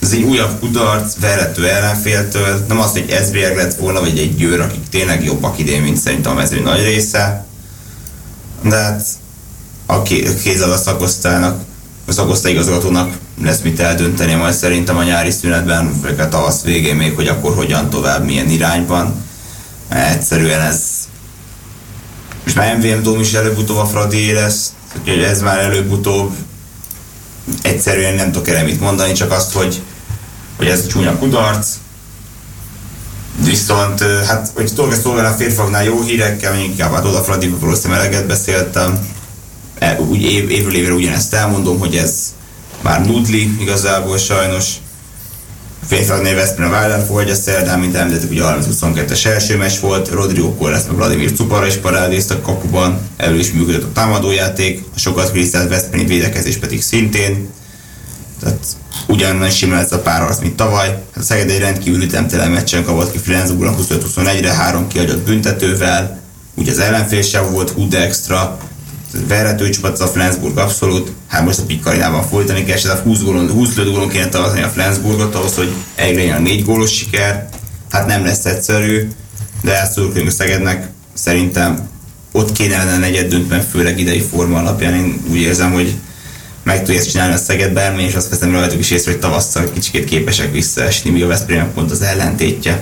ez egy újabb kudarc, verhető ellenféltől, nem az, hogy Esbjerg lett volna, vagy egy Győr, akik tényleg jobbak idén, mint szerintem a mezőny nagy része, de hát a kézzel a szakosztálynak, a szakosztály igazgatónak lesz mit eldönteni majd szerintem a nyári szünetben, vagy a tavasz végén még, hogy akkor hogyan tovább, milyen irányban. Mert egyszerűen ez most már em vé em Dóm is előbb-utóbb a Fradi lesz, hogy ez már előbb-utóbb egyszerűen nem tudok erre mit mondani, csak azt, hogy, hogy ez csúnya kudarc. Viszont, hát, hogy tudok-e szolgálni a férfaknál jó hírekkel, inkább hát oda Fradiba valószínűleg eleget beszéltem. Úgy év, évről évre ugyanezt elmondom, hogy ez már nudli igazából sajnos. A férfaknál Veszprém a Weiler fogadja szerdán, mint említettük, ugye a harminc huszonkettes első meccs volt, Rodrigo Kolász meg Vladimir Cupara is parádéztak kapuban, elő is működött a támadójáték, a sokat kritizált veszprémi védekezés pedig szintén. Tehát ugyanolyan sima ez a párharc, mint tavaly. A Szeged egy rendkívül ütemtelen meccsen kapott ki Flensburgnak huszonöt huszonegyre, három kiadott büntetővel, ugye az ellenfél sem volt hú de extra, verhető csapat a Flensburg abszolút, hát most a Pikkarinában folytani kell, és a húsz gólon, húsz lőtt gólon kéne tartani a Flensburgot ahhoz, hogy elérjen a négy gólos siker, hát nem lesz egyszerű, de ezt szurkolunk a Szegednek, szerintem ott kéne lenne a negyed döntőben, főleg idei forma alapján, én úgy érzem, hogy meg tudja ezt csinálni a Szegedben, és azt veszem rajtuk is észre, hogy tavasszal kicsikét képesek visszaesni, míg a Veszprémnek pont az ellentétje.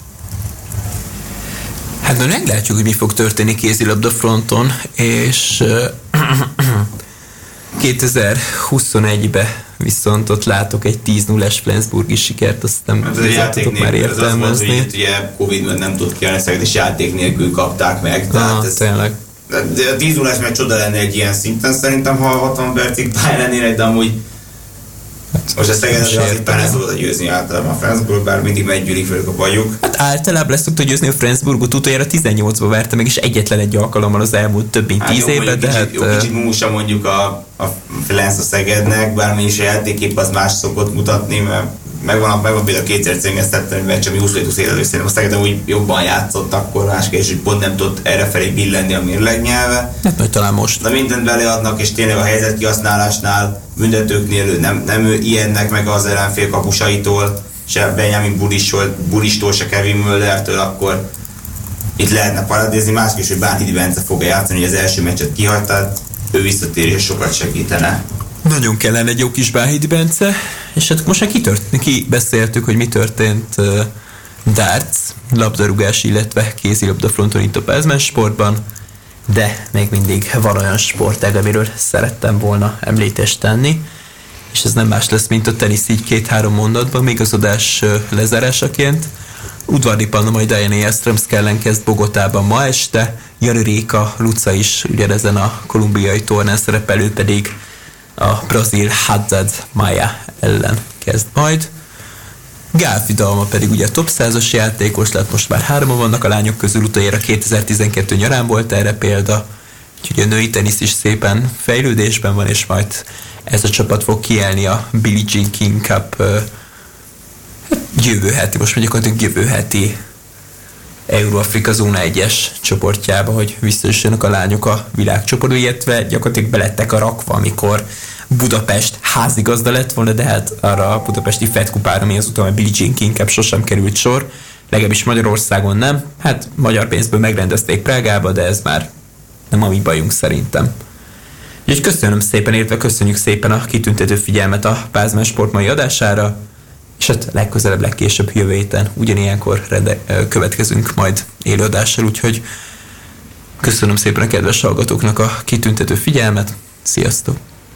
Hát de meglátjuk, hogy mi fog történni kézilabda fronton, és kétezer-huszonegyben viszont ott látok egy tíz nullás Flensburgi sikert, azt nem hát tudok már értelmezni. Az az volt, hogy ugye Covid-ben nem tudott kiállni Szeged, és játék nélkül kapták meg. Ah, ez, tényleg. De a tíz nullás meg csoda lenne egy ilyen szinten, szerintem, ha hatvan percig pályán lennének, de amúgy most a Szeged azért itt nem szokott győzni általában a Flensburg, bár mindig meggyűlik velük a bajuk. Hát általában lesz szokta győzni a Flensburgot, utoljára tizennyolcba verte meg, és egyetlen egy alkalommal az elmúlt több mint tíz hát évben, de hát... Jó, kicsit músa mondjuk a, a Flens a Szegednek, bármi is a játékép az más szokott mutatni, mert megvan, megvan például kétszer cengeztettem, hogy meccs, ami húsz húsz élet szerintem a Szegeden úgy jobban játszott akkor másképp, és úgy pont nem tudott errefelé billenni a mérleg nyelve. Hát majd talán most. De mindent beleadnak, és tényleg a helyzet kihasználásnál, büntetőknél nem, nem ő ijednek meg az ellenfél kapusaitól, se Benjamin Buristól, se Kevin Möllertől, akkor itt lehetne paradézni. Másik is, hogy Bánhidi Bence fogja játszani, hogy az első meccset kihagyta, ő visszatérés sokat segítene. Nagyon kellene egy jó kis Bánhidi Bence, és hát most már kitört, ki beszéltük, hogy mi történt uh, darts, labdarúgás, illetve kézilabda fronton itt a Pázmány Sportban, de még mindig van olyan sportág, amiről szerettem volna említést tenni, és ez nem más lesz, mint a tenisz így két-három mondatban, még az adás uh, lezárásaként. Udvardi Panna majd Diana Jastremska ellen kezd Bogotában ma este, Jari Réka Luca is ugyanezen a kolumbiai tornán szerepelő pedig a brazil Haddad Maia ellen kezd majd. Gálfi Dalma pedig ugye a top százas játékos lett, most már hárman vannak a lányok közül, utoljára kétezer-tizenkettő nyarán volt erre példa, úgyhogy a női tenisz is szépen fejlődésben van, és majd ez a csapat fog kielni a Billie Jean King Cup uh, jövő heti, most mondjuk a jövő heti Euró-Afrika zóna egyes csoportjába, hogy visszajussanak a lányok a világcsoportba, illetve gyakorlatilag belettek a rakva, amikor Budapest házigazda lett volna, de hát arra a budapesti Fed kupára, ami azután a Billie Jean King Cup sosem került sor, legalábbis Magyarországon nem, hát magyar pénzből megrendezték Prágába, de ez már nem a mi bajunk szerintem. Úgyhogy köszönöm szépen, illetve köszönjük szépen a kitüntető figyelmet a Pázmány Sport mai adására, és hát legközelebb, legkésőbb jövő héten ugyanilyenkor rende, következünk majd élőadással, úgyhogy köszönöm szépen a kedves hallgatóknak a kitüntető figyelmet, sziasztok!